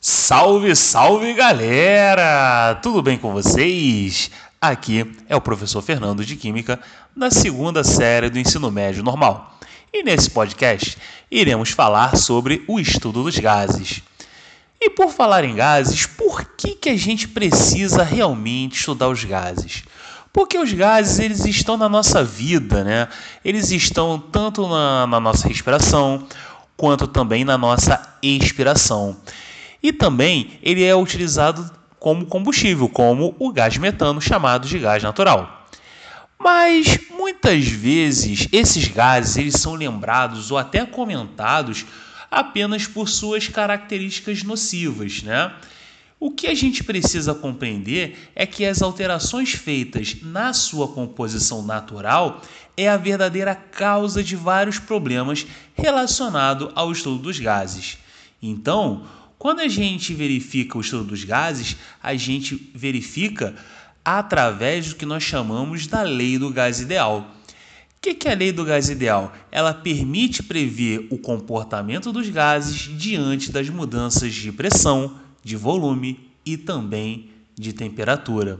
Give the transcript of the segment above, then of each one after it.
Salve, salve galera! Tudo bem com vocês? Aqui é o professor Fernando de Química, da segunda série do Ensino Médio Normal. E nesse podcast iremos falar sobre o estudo dos gases. E por falar em gases, por que a gente precisa realmente estudar os gases? Porque os gases eles estão na nossa vida, né? Eles estão tanto na nossa respiração, quanto também na nossa expiração. E também ele é utilizado como combustível, como o gás metano, chamado de gás natural. Mas muitas vezes esses gases eles são lembrados ou até comentados apenas por suas características nocivas, né? O que a gente precisa compreender é que as alterações feitas na sua composição natural é a verdadeira causa de vários problemas relacionados ao estudo dos gases. Então, quando a gente verifica o estudo dos gases, a gente verifica através do que nós chamamos da lei do gás ideal. O que é a lei do gás ideal? Ela permite prever o comportamento dos gases diante das mudanças de pressão, de volume e também de temperatura.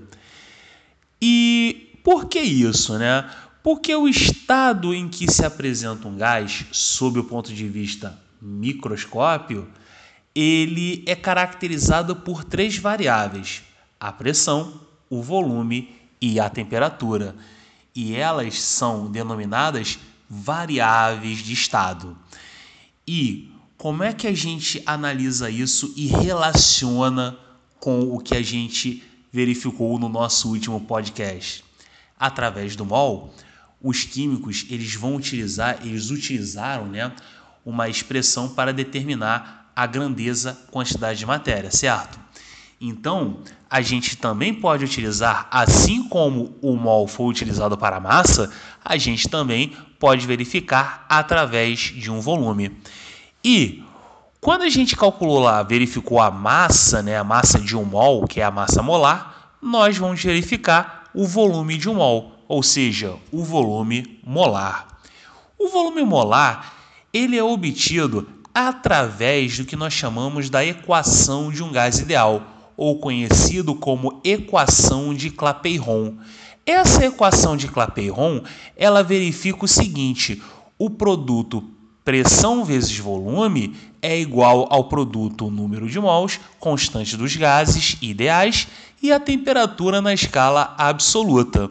E por que isso, né? Porque o estado em que se apresenta um gás, sob o ponto de vista microscópio, ele é caracterizado por três variáveis: a pressão, o volume e a temperatura. E elas são denominadas variáveis de estado. E como é que a gente analisa isso e relaciona com o que a gente verificou no nosso último podcast? Através do mol, os químicos eles utilizaram, né, uma expressão para determinar a grandeza, quantidade de matéria, certo? Então, a gente também pode utilizar, assim como o mol foi utilizado para a massa, a gente também pode verificar através de um volume. E quando a gente calculou lá, verificou a massa, né, a massa de um mol, que é a massa molar, nós vamos verificar o volume de um mol, ou seja, o volume molar. O volume molar, ele é obtido através do que nós chamamos da equação de um gás ideal, ou conhecido como equação de Clapeyron. Essa equação de Clapeyron, ela verifica o seguinte: o produto pressão vezes volume é igual ao produto número de mols constante dos gases ideais e a temperatura na escala absoluta.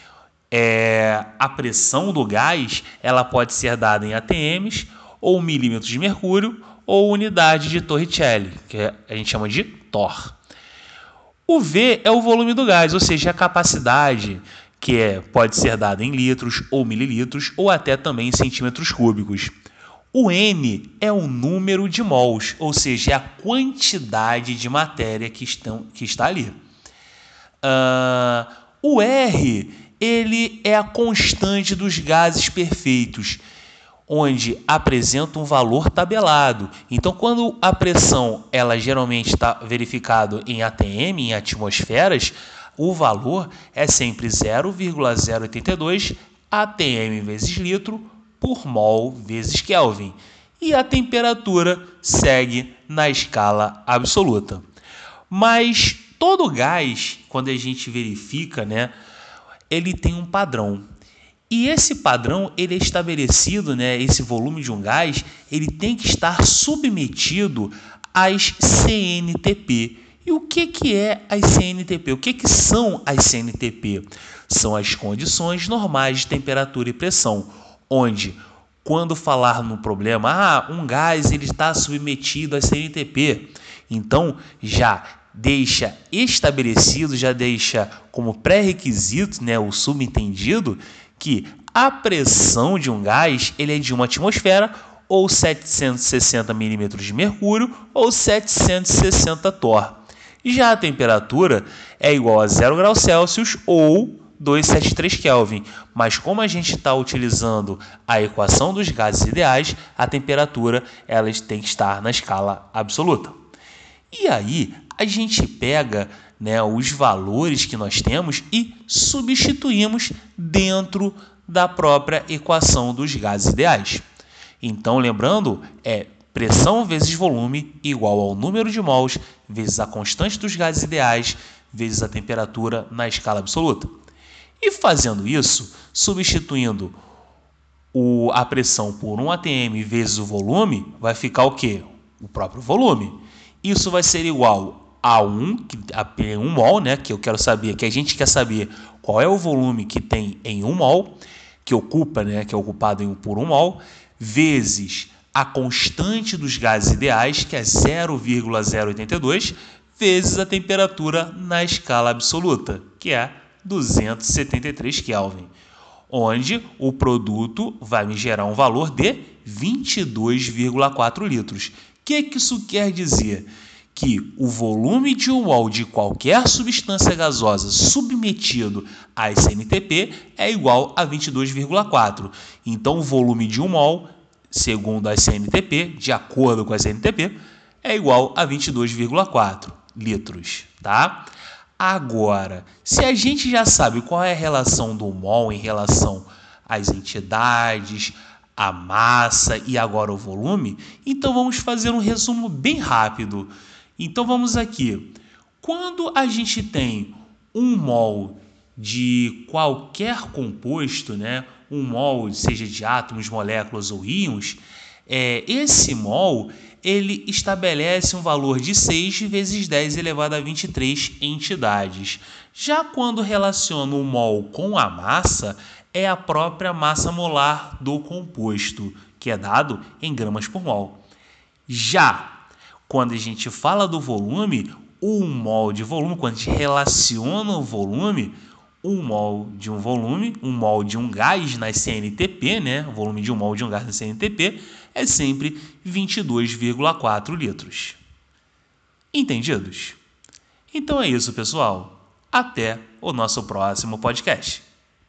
A pressão do gás ela pode ser dada em atms, ou milímetros de mercúrio, ou unidade de Torricelli, que a gente chama de torr. O V é o volume do gás, ou seja, a capacidade, que pode ser dada em litros ou mililitros, ou até também em centímetros cúbicos. O N é o número de mols, ou seja, a quantidade de matéria que está ali. O R ele é a constante dos gases perfeitos, onde apresenta um valor tabelado. Então, quando a pressão ela geralmente está verificado em atm, em atmosferas, o valor é sempre 0,082 atm vezes litro por mol vezes Kelvin. E a temperatura segue na escala absoluta. Mas todo gás, quando a gente verifica, né, ele tem um padrão. E esse padrão ele é estabelecido, né, esse volume de um gás, ele tem que estar submetido às CNTP. E o que é as CNTP? O que são as CNTP? São as condições normais de temperatura e pressão, onde, quando falar no problema, um gás ele está submetido às CNTP, então já deixa estabelecido, já deixa como pré-requisito, né, o subentendido, que a pressão de um gás ele é de 1 atmosfera, ou 760 milímetros de mercúrio, ou 760 torr. Já a temperatura é igual a 0 graus Celsius ou 273 Kelvin. Mas como a gente está utilizando a equação dos gases ideais, a temperatura ela tem que estar na escala absoluta. E aí a gente pega, né, os valores que nós temos e substituímos dentro da própria equação dos gases ideais. Então, lembrando, pressão vezes volume igual ao número de mols vezes a constante dos gases ideais vezes a temperatura na escala absoluta. E fazendo isso, substituindo a pressão por 1 atm vezes o volume, vai ficar o quê? O próprio volume. Isso vai ser igual a 1 mol, né? Que eu quero saber, que a gente quer saber qual é o volume que tem em 1 mol, que ocupa, né? Que é ocupado por 1 mol, vezes a constante dos gases ideais, que é 0,082, vezes a temperatura na escala absoluta, que é 273 Kelvin, onde o produto vai me gerar um valor de 22,4 litros. O que isso quer dizer? Que o volume de 1 mol de qualquer substância gasosa submetido a SNTP é igual a 22,4. Então, o volume de 1 mol, segundo a SNTP, de acordo com a SNTP, é igual a 22,4 litros, tá? Agora, se a gente já sabe qual é a relação do mol em relação às entidades, a massa e agora o volume, então vamos fazer um resumo bem rápido. Então vamos aqui. Quando a gente tem 1 mol de qualquer composto, né? 1 mol, seja de átomos, moléculas ou íons, esse mol ele estabelece um valor de 6 vezes 10 elevado a 23 entidades. Já quando relaciona o mol com a massa, é a própria massa molar do composto, que é dado em gramas por mol. Já quando a gente fala do volume, 1 mol de volume, quando a gente relaciona o volume, 1 mol de um volume, 1 mol de um gás na CNTP, né? O volume de 1 mol de um gás na CNTP é sempre 22,4 litros. Entendidos? Então é isso, pessoal. Até o nosso próximo podcast.